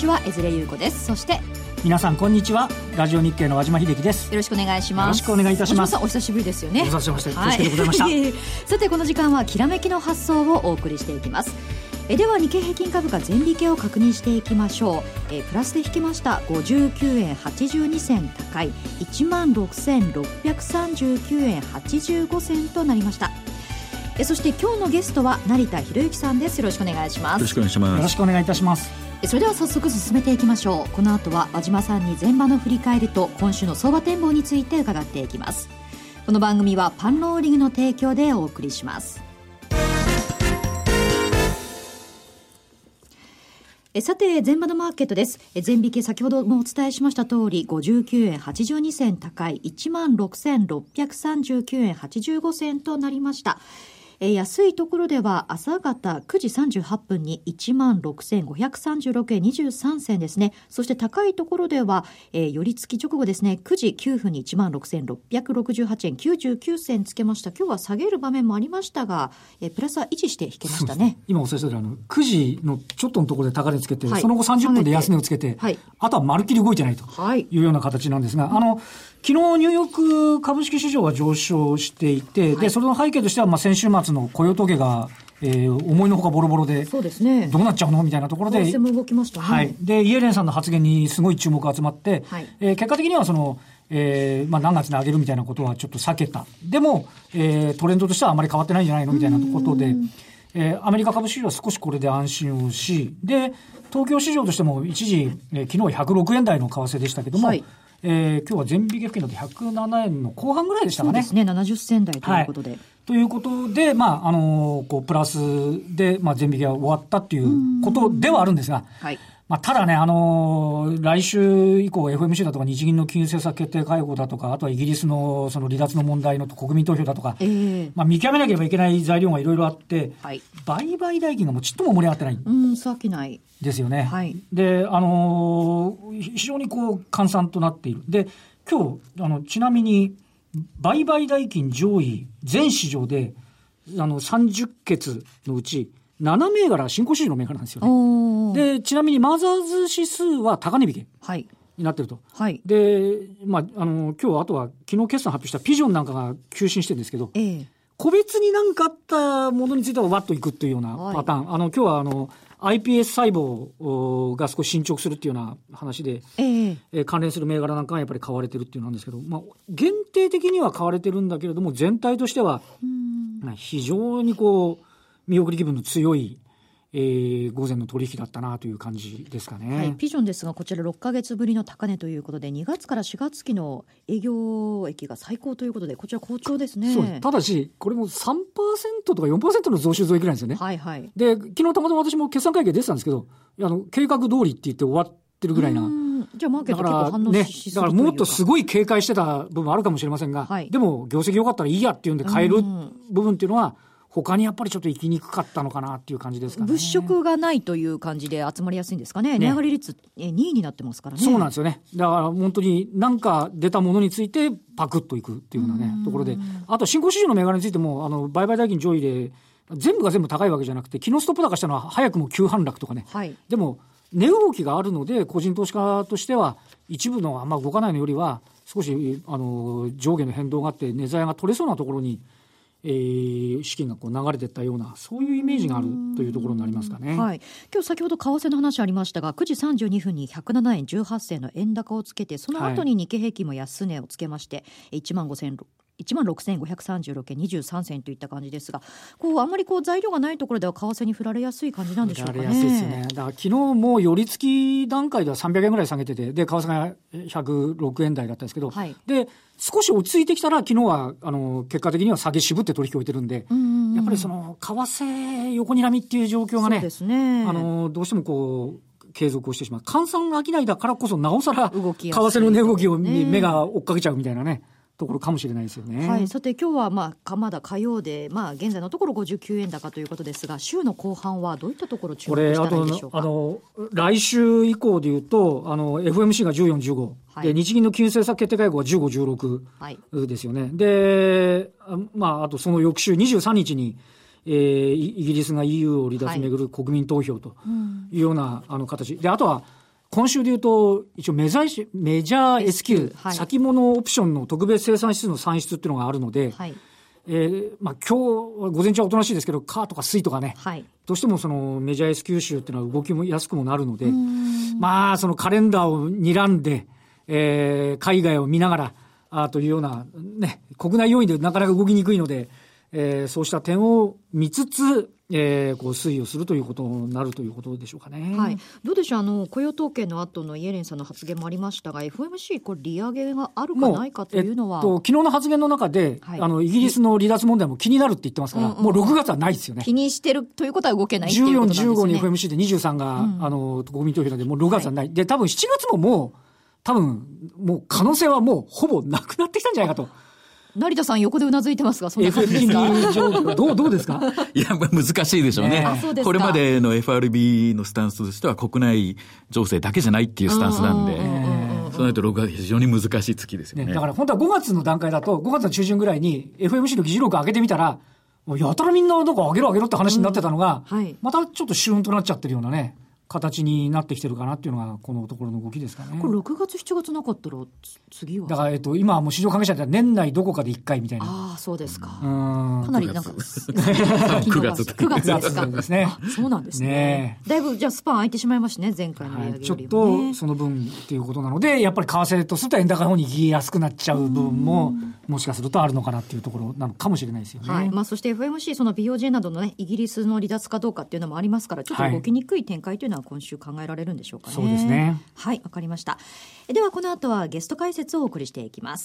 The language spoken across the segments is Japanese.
は江連優子です。そして皆さんこんにちは。ラジオ日経の和島秀樹です。 よろしくお願いします。 よろしくお願いいたします。 和島さんお久しぶりですよね。 お久しぶりでした。恐縮でございました。 さてこの時間はきらめきの発想をお送りしていきます。では日経平均株価全引けを確認していきましょう。プラスで引きました。59円82銭高い 16,639 円85銭となりました。そして今日のゲストは成田博之さんです。よろしくお願いします。 よろしくお願いします。 よろしくお願いいたします。 それでは早速進めていきましょう。この後は和島さんに前場の振り返りと今週の相場展望について伺っていきます。この番組はパンローリングの提供でお送りします。さて前場のマーケットです。前引け先ほどもお伝えしました通り59円82銭高い 16,639 円85銭となりました。安いところでは朝方9時38分に 16,536 円23銭ですね。そして高いところでは、寄り付き直後ですね9時9分に 16,668 円99銭つけました。今日は下げる場面もありましたが、プラスは維持して引けましたね。 今お伝えしたように9時のちょっとのところで高値つけて、 はい、 その後30分で安値をつけて、はい、あとは丸っきり動いてないというような形なんですが、昨日ニューヨーク株式市場は上昇していて、はい、でその背景としては先週末の雇用統計が、思いのほかボロボロで、 そうですね、 どうなっちゃうのみたいなところで、 も動きましたね。 はい、でイエレンさんの発言にすごい注目が集まって、はい、結果的にはその、何月に上げるみたいなことはちょっと避けた。でも、トレンドとしてはあまり変わってないんじゃないのみたいなことで、アメリカ株式市場は少しこれで安心をし、で東京市場としても一時、昨日106円台の為替でしたけども、はい、今日は全引け付近だと107円の後半ぐらいでしたかね。 そうですね、70銭台ということで、はい、 ということで、こうプラスで、全引けが終わったということではあるんですが、はい、ただね、来週以降 FOMC だとか日銀の金融政策決定会合だとか、あとはイギリスのその離脱の問題の国民投票だとか、見極めなければいけない材料がいろいろあって、はい、売買代金がもうちっとも盛り上がってない。 そう飽きないですよね。 はい、 で、非常にこう閑散となっている。で、今日ちなみに売買代金上位全市場で30決のうち7銘柄新興市場の銘柄なんですよね。で、ちなみにマザーズ指数は高値引けになってると。はい、で、今日あとは昨日決算発表したピジョンなんかが急進してるんですけど、個別に何かあったものについてはワッといくっていうようなパターン。はい、今日はiPS 細胞が少し進捗するっていうような話で、関連する銘柄なんかがやっぱり買われてるっていうのなんですけど、限定的には買われてるんだけれども、全体としては非常にこう見送り気分の強い、午前の取引だったなという感じですかね。 はい、ピジョンですがこちら6ヶ月ぶりの高値ということで2月から4月期の営業益が最高ということでこちら好調ですね。 そうです。ただしこれも 3% とか 4% の増収増益なんですよね。 はいはい。 で昨日たまたま私も決算会見出てたんですけど、計画通りって言って終わってるぐらいな。 じゃあマーケット結構反応しすぎというか、 だからもっとすごい警戒してた部分あるかもしれませんが、はい、でも業績良かったらいいやっていうんで買える部分っていうのは他にやっぱりちょっと行きにくかったのかなっていう感じですかね。 物色がないという感じで集まりやすいんですかね。値上がり率2位になってますからね。 そうなんですよね。だから本当に何か出たものについてパクッといくっていうようなねところで、あと新興市場の銘柄についても売買代金上位で全部が全部高いわけじゃなくて、昨日ストップ高したのは早くも急反落とかね、はい、でも値動きがあるので個人投資家としては一部のあんま動かないのよりは少し上下の変動があって値材が取れそうなところに資金がこう流れていったようなそういうイメージがあるというところになりますかね。 はい、今日先ほど為替の話ありましたが9時32分に107円18銭の円高をつけて、その後に日経平均も安値をつけまして、16,536 円23銭といった感じですが、あんまり材料がないところでは為替に振られやすい感じなんでしょうかね。 振られやすいですよね。だから昨日も寄り付き段階では300円ぐらい下げてて、で為替が106円台だったんですけど、はい、で少し落ち着いてきたら昨日は結果的には下げ渋って取引を置いてるんで、やっぱりその為替横にらみっていう状況がね、 そうですね、 どうしても継続をしてしまう。換算商いだからこそなおさら為替の値動きを目が追っかけちゃうみたいなねところかもしれないですよね。 はい、さて今日はまだ火曜で、現在のところ59円高ということですが、週の後半はどういったところ注目したらいいでしょうか。 来週以降でいうとFOMC が14、15、はい、で日銀の金融政策決定会合が15、16ですよね。はい、で、あとその翌週23日にイギリスが EU を離脱めぐる国民投票というような形で、あとは今週で言うと、一応メジャー S q、はい、先物オプションの特別生産指数の算出っていうのがあるので、はい、今日午前中はおとなしいですけど、カーとかスイとかね、はい、どうしてもそのメジャー S q 週っていうのは動きも安くもなるので、そのカレンダーを睨んで、海外を見ながらというようなね、国内要因でなかなか動きにくいので、そうした点を見つつ、こう推移をするということになるということでしょうかね。 はい。どうでしょう、雇用統計の後のイエレンさんの発言もありましたが、FOMC これ利上げがあるかないかというのは、 昨日の発言の中で、はい、イギリスの離脱問題も気になるって言ってますから、もう6月はないですよね。 気にしてるということは動けないっていうことなんですね。 14、15に FOMC で23が、国民投票なんで、もう6月はない。はい、で、多分7月ももう可能性はもうほぼなくなってきたんじゃないかと。 成田さん横でうなずいてますが、そんな感じですか？ FRB どうですか？ いや、難しいでしょうね。これまでの FRB のスタンスとしては国内情勢だけじゃないっていうスタンスなんで、そうなると6月非常に難しい月ですよね。 だから本当は5月の段階だと、5月の中旬ぐらいに FOMC の議事録を開けてみたら、やたらみんななんか上げろって話になってたのが、はい、またちょっとシューンとなっちゃってるようなね。形になってきてるかなっていうのがこのところの動きですかね。 これ6月7月なかったら次はだから今はもう市場関係者では年内どこかで1回みたいな。 ああそうですか。かなりなんか 9月ですか。 ですね。 そうなんですね。だいぶじゃあスパン空いてしまいましたね、前回の利上げよりもね。 ちょっとその分っていうことなので、やっぱり為替とすると円高の方に行きやすくなっちゃう分ももしかするとあるのかなっていうところなのかもしれないですよね。 はい。そして FOMC その BOJ などのねイギリスの離脱かどうかっていうのもありますから、ちょっと動きにくい展開というのは今週考えられるんでしょうかね。 そうですね。 はい、わかりました。ではこの後はゲスト解説をお送りしていきます。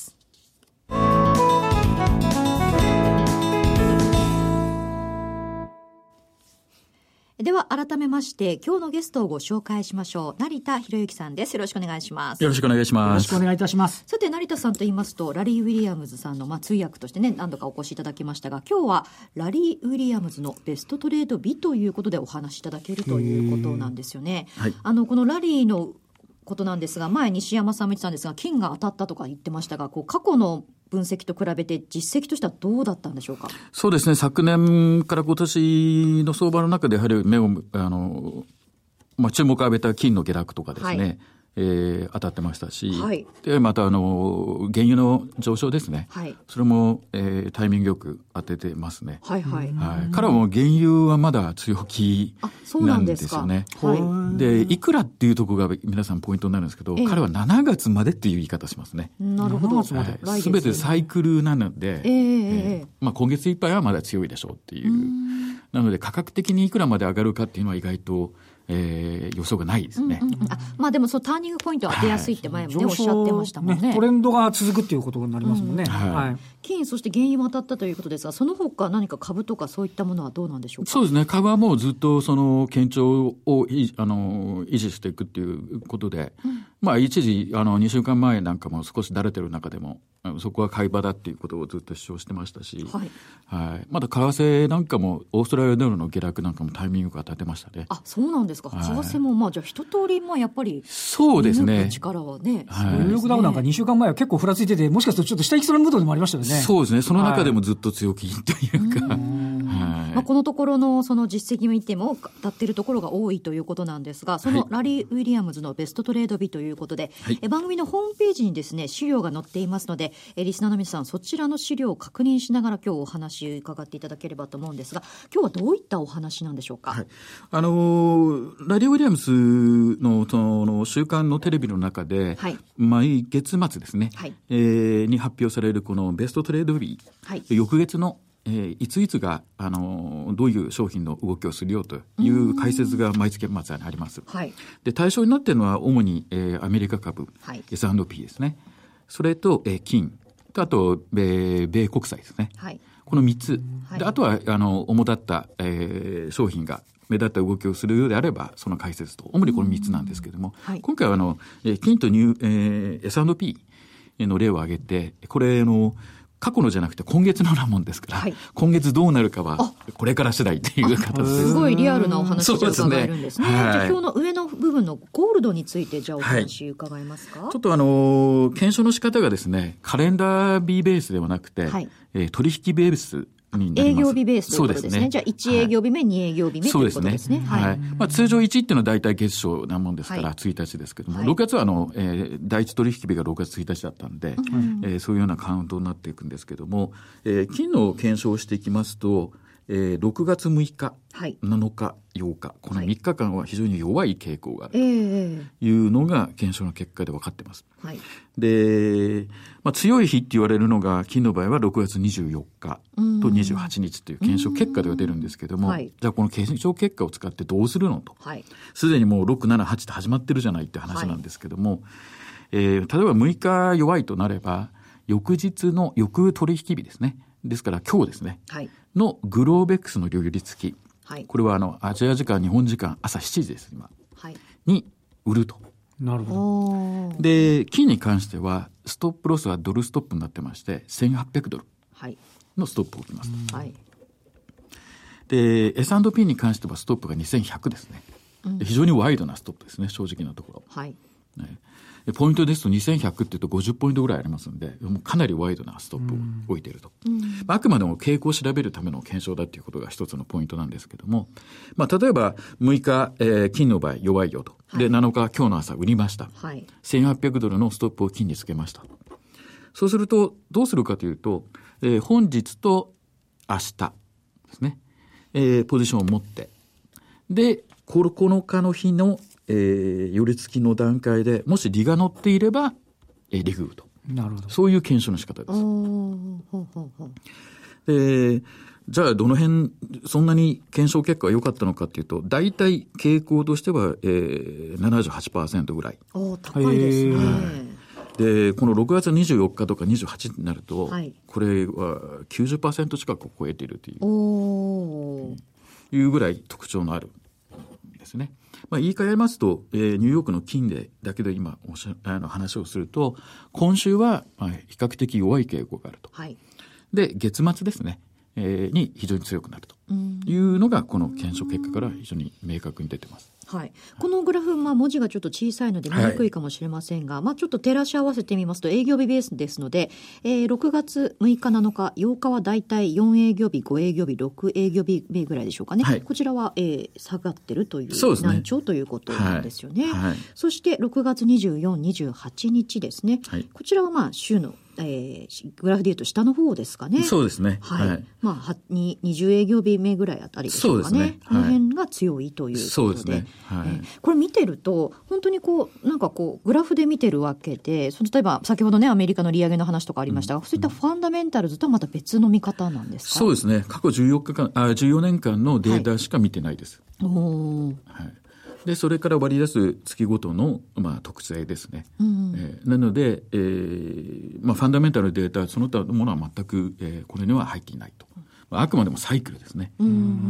では改めまして今日のゲストをご紹介しましょう。成田博之さんです。よろしくお願いします。 よろしくお願いします。 よろしくお願いいたします。 さて成田さんと言いますとラリー・ウィリアムズさんの通訳としてね何度かお越しいただきましたが、今日はラリー・ウィリアムズのベストトレード日ということでお話しいただけるということなんですよね。はい、このラリーのことなんですが、前西山さんも言ってたんですが金が当たったとか言ってましたが、過去の分析と比べて実績としてはどうだったんでしょうか？ そうですね、昨年から今年の相場の中でやはり目を注目を浴びた金の下落とかですね、はい当たってましたし、はい、でまた原油の上昇ですね、はい、それも、タイミングよく当ててますね。はいはいはい、からも原油はまだ強気なんですよね。でいくらっていうところが皆さんポイントになるんですけど、彼は7月までっていう言い方しますね。 なるほど。 すべてサイクルなので、今月いっぱいはまだ強いでしょうっていう。なので価格的にいくらまで上がるかっていうのは意外と予想がないですね。 でもターニングポイントは出やすいって前もね、おっしゃってましたもんね。 トレンドが続くっていうことになりますもんね。 金そして原油も当たったということですが、その他何か株とかそういったものはどうなんでしょうか？ そうですね、株はもうずっとその堅調を維持していくっていうことで、一時2週間前なんかも少しだれてる中でもそこは買い場だっていうことをずっと主張してましたし、まだ為替なんかもオーストラリアドルの下落なんかもタイミングが立てましたね。 あ、そうなんですか。為替もじゃあ一通りやっぱりそうですね、 力はね、 ニューヨークダウなんか2週間前は結構ふらついてて、もしかするとちょっと下行きそうなムードでもありましたよね。 そうですね、その中でもずっと強気というか、 このところのその実績を見ても当たっているところが多いということなんですが、そのラリー・ウィリアムズのベストトレード日ということで、番組のホームページにですね資料が載っていますので、リスナーの皆さんそちらの資料を確認しながら今日お話を伺っていただければと思うんですが、今日はどういったお話なんでしょうか？ ラリー・ウィリアムズのその週間のテレビの中で、毎月末ですね、に発表されるこのベストトレード日、翌月のいつがどういう商品の動きをするよという解説が毎月末にあります。で対象になっているのは主に、アメリカ株、S&P ですね。それと、金とあと米国債ですね。この3つで、あとは主だった、商品が目立った動きをするようであればその解説と、主にこの3つなんですけれども、今回は金とS&P の例を挙げて、これ過去のじゃなくて今月のようなもんですから、今月どうなるかはこれから次第という形です。 すごいリアルなお話が伺えるんですね。じゃあ今日の上の部分のゴールドについてじゃあお話伺えますか？ ちょっと検証の仕方がですね、カレンダー日ベースではなくて、取引ベースになります。 営業日ベースということですね。じゃあ1営業日目、2営業日目ということですね。 はい。通常1っていうのは大体月初なもんですから、1日ですけども、6月は第一取引日が6月1日だったんで、そういうようなカウントになっていくんですけども、金の検証をしていきますと、6月6日、7日、8日、この3日間は非常に弱い傾向があるというのが検証の結果で分かっています。で、強い日って言われるのが、金の場合は6月24日と28日という検証結果では出るんですけども、じゃあこの検証結果を使ってどうするのと。すでにもう6、7、8って始まってるじゃないって話なんですけども、例えば6日弱いとなれば、翌日の翌取引日ですね。ですから今日ですね。のグローベックスの寄り付き。これはアジア時間、日本時間朝7時です、今。に売ると。 なるほど。で、金に関しては、ストップロスはドルストップになってまして、1800ドルのストップを置きます。で、S&P に関してはストップが2100ですね。非常にワイドなストップですね、正直なところ。ポイントですと2100っていうと50ポイントぐらいありますので、もうかなりワイドなストップを置いていると。あくまでも傾向を調べるための検証だということが一つのポイントなんですけども、例えば6日、金の場合弱いよと。で、7日今日の朝売りました。1800ドルのストップを金につけました。そうすると、どうするかというと、本日と明日ですね、ポジションを持って、で、9日の日の寄り付きの段階でもし利が乗っていれば、利食うと。 なるほど。 そういう検証の仕方です。で、じゃあどの辺そんなに検証結果が良かったのかというと、大体傾向としては、78% ぐらい。 高いですね。 で、この6月24日とか28になると、これは 90% 近くを超えているというぐらい特徴のあるんですね。言い換えますと、ニューヨークの金だけで今話をすると、今週は比較的弱い傾向があると。で、月末ですね、に非常に強くなるというのが、この検証結果から非常に明確に出てます。 このグラフ、文字がちょっと小さいので見にくいかもしれませんが、ちょっと照らし合わせてみますと、営業日ベースですので、6月6日、7日、8日はだいたい4営業日、5営業日、6営業日ぐらいでしょうかね。こちらは、下がってるという難聴ということなんですよね。そして6月24、28日ですね。こちらは週のグラフでいうと下の方ですかね。 そうですね。 20営業日目ぐらいあたりでしょうかね。この辺が強いということで。 そうですね。 これ見てると、本当にグラフで見てるわけで、例えば先ほどね、アメリカの利上げの話とかありましたが、そういったファンダメンタルズとはまた別の見方なんですか？ そうですね。過去14年間のデータしか見てないです。で、それから割り出す月ごとの、特性ですね。なので、ファンダメンタルデータ、その他のものは全く、これには入っていないと。あくまでもサイクルですね。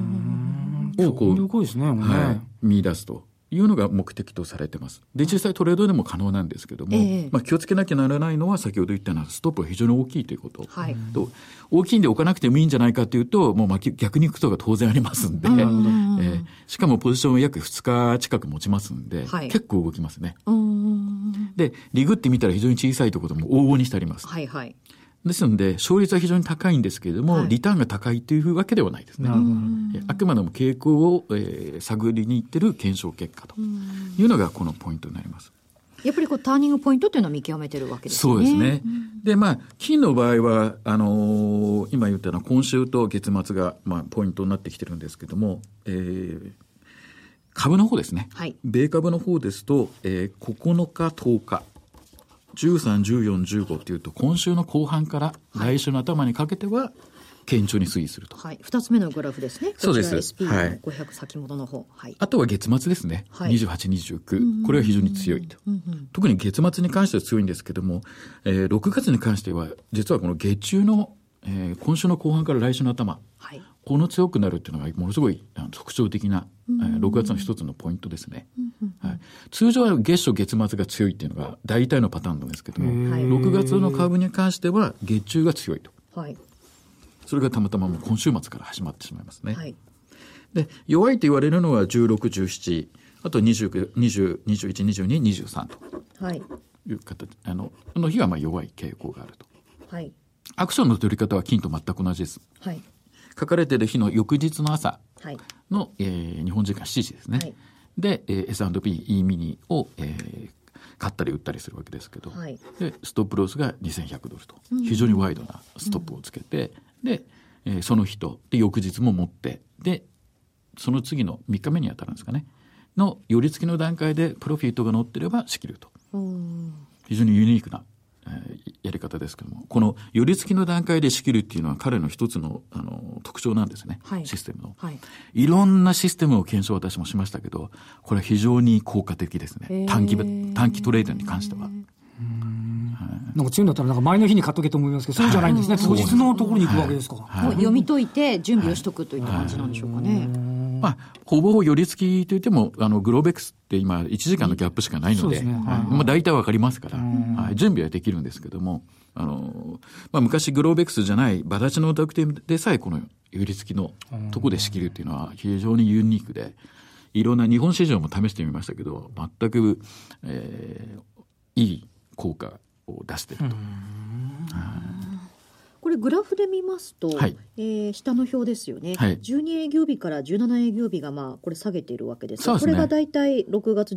見出すというのが目的とされています。で、実際トレードでも可能なんですけども、気をつけなきゃならないのは、先ほど言ったようなストップが非常に大きいということ。大きいんで置かなくてもいいんじゃないかというと、もう逆に行くことが当然ありますんで、しかもポジションを約2日近く持ちますんで、結構動きますね。で、リグってみたら非常に小さいところも往々にしてあります。ですので、勝率は非常に高いんですけれども、リターンが高いというわけではないですね。あくまでも傾向を、探りにいってる検証結果というのがこのポイントになります。 やっぱりターニングポイントっていうのを見極めてるわけですね。 そうですね。で、金の場合は、今言ったような今週と月末が、ポイントになってきてるんですけども、株の方ですね。米株の方ですと、9日、10日。13、14、15っていうと、今週の後半から来週の頭にかけては、堅調に推移すると。 2つ目のグラフですね。 そうです。 SP500 先物の方。 あとは月末ですね。28、29。これは非常に強いと。特に月末に関しては強いんですけども、6月に関しては、実はこの月中の、今週の後半から来週の頭。この強くなるっていうのがものすごい特徴的な、6月の一つのポイントですね。通常は月初月末が強いっていうのが大体のパターンなんですけども、6月の株に関しては月中が強いと。それがたまたまもう今週末から始まってしまいますね。で、弱いと言われるのは16、17、あと20、20、21、22、23という形、の日が弱い傾向があると。アクションの取り方は金と全く同じです。 書かれている日の翌日の朝の、日本時間7時ですね。はい、で、S&P E ミニを、買ったり売ったりするわけですけど、はい、でストップロスが2100ドルと非常にワイドなストップをつけて、で、その日とで翌日も持って、でその次の3日目に当たるんですかねの寄り付きの段階でプロフィットが乗ってれば仕切ると、非常にユニークな、やり方ですけども、この寄り付きの段階で仕切るっていうのは彼の一つの、特徴なんですね、はい、システムの、はい、いろんなシステムを検証私もしましたけど、これは非常に効果的ですね、短期トレードに関しては。 なんか強いんだったらなんか前の日に買っとけと思いますけど、そうじゃないんですね、当日のところに行くわけですか。 もう読み解いて準備をしとくといった感じなんでしょうかね。 まあ、ほぼほぼ寄り付きといってもグローベックスって今1時間のギャップしかないので、まあ、大体わかりますから、準備はできるんですけども、まあ、昔グローベックスじゃないバラチの特典でさえこの寄り付きのとこで仕切るっていうのは非常にユニークで、いろんな日本市場も試してみましたけど全く、いい効果を出していると。 これグラフで見ますと、はい、下の表ですよね、はい、12営業日から17営業日がまあこれ下げているわけですが、これがだいたい6月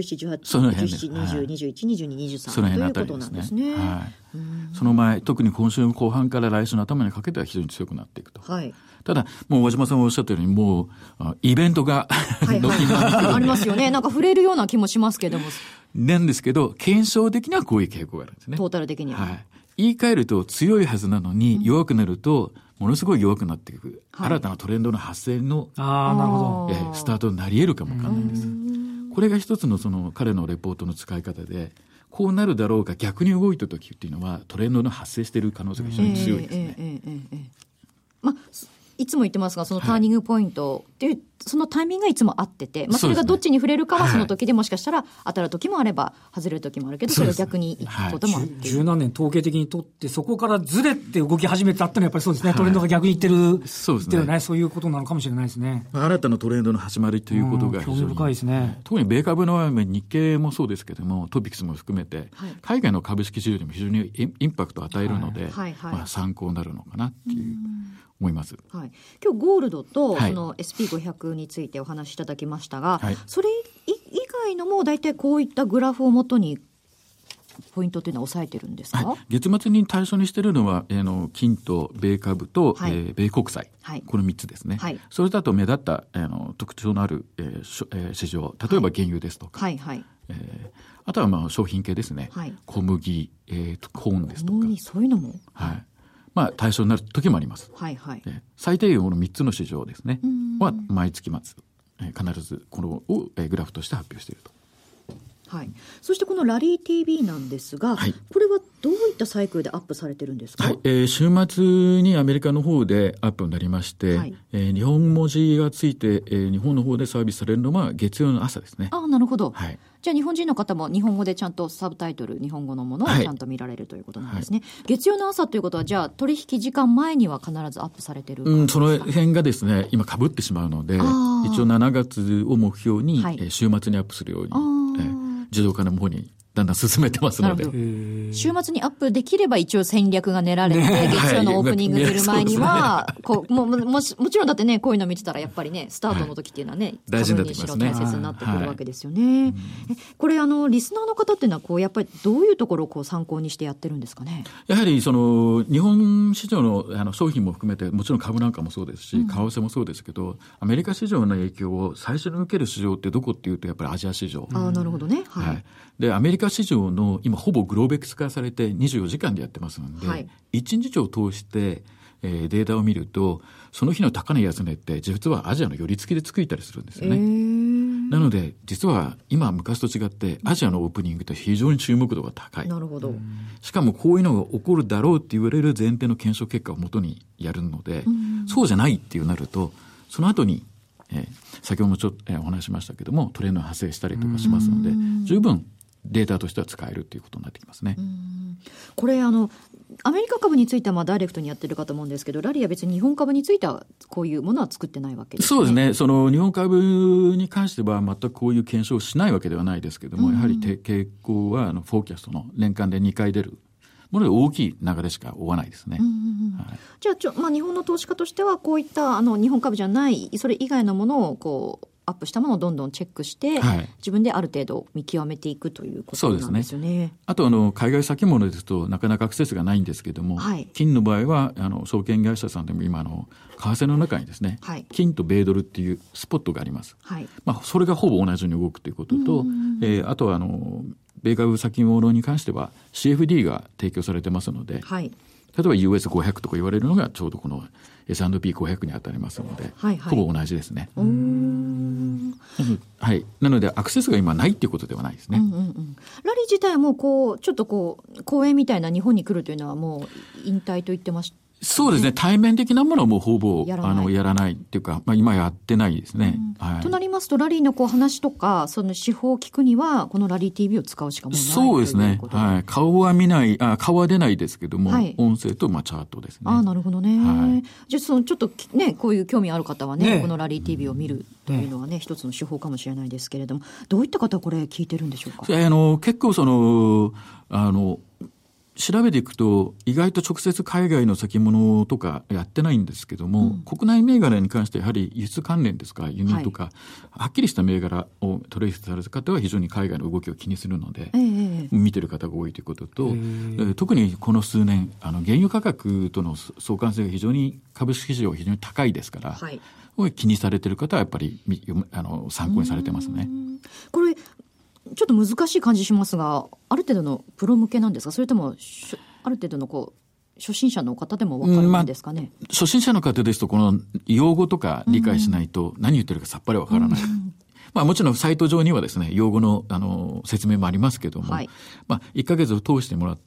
16、17、18、17、20、21、22、23ということなんですね。はい、 その前、特に今週の後半から来週の頭にかけては非常に強くなっていくと。はい、ただもう和島さんがおっしゃったようにもうイベントがありますよね。なんか触れるような気もしますけども、 なんですけど検証的にはこういう傾向があるんですね。 トータル的には、はい、 言い換えると強いはずなのに弱くなるとものすごい弱くなっていく、新たなトレンドの発生の、スタートになり得るかもわかんないです。これが一つのその彼のレポートの使い方で、こうなるだろうが逆に動いた時っていうのはトレンドの発生している可能性が非常に強いですね。 まあいつも言ってますが、そのターニングポイントっていう、そのタイミングがいつも合ってて、まあ、それがどっちに触れるかはその時でもしかしたら当たる時もあれば外れる時もあるけど、それが逆にいくこともあって、 十何年統計的にとってそこからずれて動き始めたってのはやっぱりそうですね、トレンドが逆にいってる、そういうことなのかもしれないですね。 新たなトレンドの始まりということが非常に興味深いですね。 特に米株の日経もそうですけども、トピックスも含めて、海外の株式市場にも非常にインパクトを与えるので、まあ、参考になるのかなっていう思います。 はい、今日ゴールドとその SP500 についてお話しいただきましたが、はい、それ以外のも大体こういったグラフをもとにポイントというのは抑えてるんですか。はい、 月末に対象にしているのは、金と米株と、米国債、この3つですね。はい、それだと目立った特徴のある、市場、例えば原油ですとか、あとはまあ商品系ですね、小麦、コーンですとか、 そういうのも、 まあ、対象になる時もあります。最低限この3つの市場ですねは毎月末、必ずこのを、グラフとして発表していると。 はい、そしてこのラリー TV なんですが、これはどういったサイクルでアップされてるんですか。 週末にアメリカの方でアップになりまして、日本文字がついて、日本の方でサービスされるのは月曜の朝ですね。 なるほど。じゃあ日本人の方も日本語でちゃんとサブタイトル、日本語のものをちゃんと見られるということなんですね。月曜の朝ということは、じゃあ取引時間前には必ずアップされてるんですか。 その辺がですね、今被ってしまうので、一応7月を目標に、週末にアップするように、自動化の方にだんだん進めてますので、 週末にアップできれば一応戦略が練られて、月曜のオープニングする前には、もちろんだってね、こういうの見てたらやっぱりね、スタートの時っていうのはね、 大事になってきますね。 大切になってくるわけですよね。これリスナーの方っていうのはやっぱりどういうところを参考にしてやってるんですかね。 やはりその日本市場の商品も含めて、もちろん株なんかもそうですし、為替もそうですけど、アメリカ市場の影響を最初に受ける市場ってどこっていうと、やっぱりアジア市場。 なるほどね。 でアメリカ市場の今ほぼグローベックス化されて24時間でやってますので、1日を通して、データを見ると、その日の高値安値って実はアジアの寄り付きでついたりするんですよね。なので実は今昔と違ってアジアのオープニングって非常に注目度が高い。 なるほど。 しかもこういうのが起こるだろうって言われる前提の検証結果をもとにやるので、そうじゃないっていうなると、その後に先ほどもちょっとお話しましたけども、トレンドが発生したりとかしますので、十分データとしては使えるということになってきますね。 これアメリカ株についてはダイレクトにやってるかと思うんですけど、ラリーは別に日本株についてはこういうものは作ってないわけですね。 そうですね。その日本株に関しては全くこういう検証をしないわけではないですけども、やはり傾向はフォーキャストの年間で2回出るもので大きい流れしか追わないですね。 じゃあ日本の投資家としてはこういった日本株じゃないそれ以外のものをこうアップしたものをどんどんチェックして、自分である程度見極めていくということなんですよね。そうですね。 あと海外先物ですとなかなかアクセスがないんですけども、金の場合は証券会社さんでも今為替の中にですね、金と米ドルっていうスポットがあります。それがほぼ同じように動くということと、あとは米株先物に関しては CFD が提供されてますので、例えば US500 とか言われるのがちょうどこの S&P500 に当たりますので、ほぼ同じですね。なのでアクセスが今ないっていうことではないですね。ラリー自体はもうちょっと講演みたいな日本に来るというのはもう引退と言ってました。 そうですね。対面的なものはもうほぼやらないっていうか、今やってないですね。 となりますとラリーの話とかその手法を聞くにはこのラリー TV を使うしかもない。 そうですね。顔は見ない、顔は出ないですけども、音声とチャートですね。 なるほどね。じゃあちょっとねこういう興味ある方はねこのラリー TV を見るというのはね一つの手法かもしれないですけれども、どういった方これ聞いてるんでしょうか。 結構調べていくと意外と直接海外の先物とかやってないんですけども、国内銘柄に関してやはり輸出関連ですか輸入とか、はっきりした銘柄を取引される方は非常に海外の動きを気にするので、見てる方が多いということと、特にこの数年原油価格との相関性が非常に株式市場非常に高いですから、気にされてる方はやっぱり参考にされてますね。 これちょっと難しい感じしますが、ある程度のプロ向けなんですか、それともある程度の初心者の方でも分かるんですかね。 初心者の方ですとこの用語とか理解しないと何言ってるかさっぱり分からない。もちろんサイト上にはですね用語の説明もありますけども、1ヶ月を通してもらって、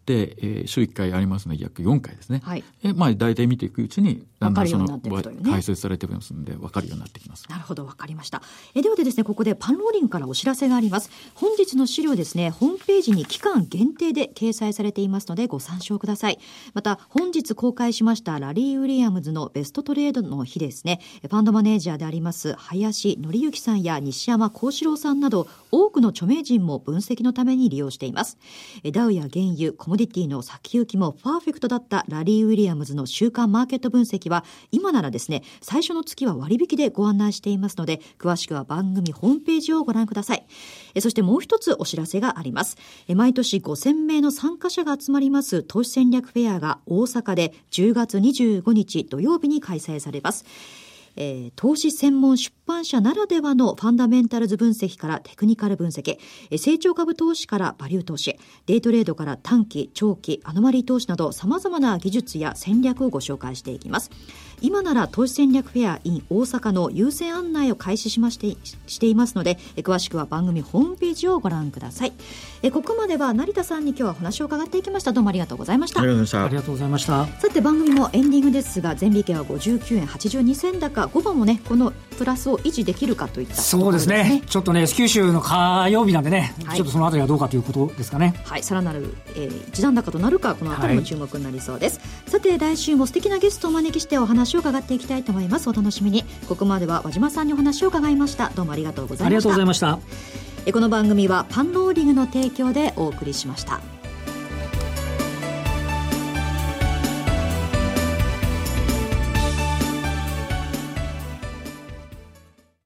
週1回ありますので約4回ですね。大体見ていくうちにだんだん解説されてますので分かるようになってきます。 なるほど、分かりました。ではですねここでパンローリングからお知らせがあります。本日の資料ですねホームページに期間限定で掲載されていますのでご参照ください。また本日公開しましたラリー・ウィリアムズのベストトレードの日ですね、ファンドマネージャーであります林紀之さんや西山幸四郎さんなど多くの著名人も分析のために利用しています。ダウや原油コモディティの先行きもパーフェクトだったラリー・ウィリアムズの週間マーケット分析は今ならですね最初の月は割引でご案内していますので詳しくは番組ホームページをご覧ください。そしてもう一つお知らせがあります。毎年5000名の参加者が集まります投資戦略フェアが大阪で10月25日土曜日に開催されます。投資専門出版社ならではのファンダメンタルズ分析からテクニカル分析、成長株投資からバリュー投資、デイトレードから短期、長期、アノマリー投資など様々な技術や戦略をご紹介していきます。今なら投資戦略フェア in 大阪の優先案内を開始していますので、詳しくは番組ホームページをご覧ください。ここまでは成田さんに今日はお話を伺っていきました。どうもありがとうございました。 ありがとうございました。 さて番組もエンディングですが、前引けは59円82銭高、5番もねこのプラスを維持できるかといった、 そうですね。ちょっとね九州の火曜日なんでね、ちょっとそのあたりはどうかということですかね。 さらなる、一段高となるかこのあたりも注目になりそうです。さて来週も素敵なゲストをお招きしてお話を伺っていきたいと思います。お楽しみに。ここまでは和島さんにお話を伺いました。どうもありがとうございました。 ありがとうございました。 この番組はパンローリングの提供でお送りしました。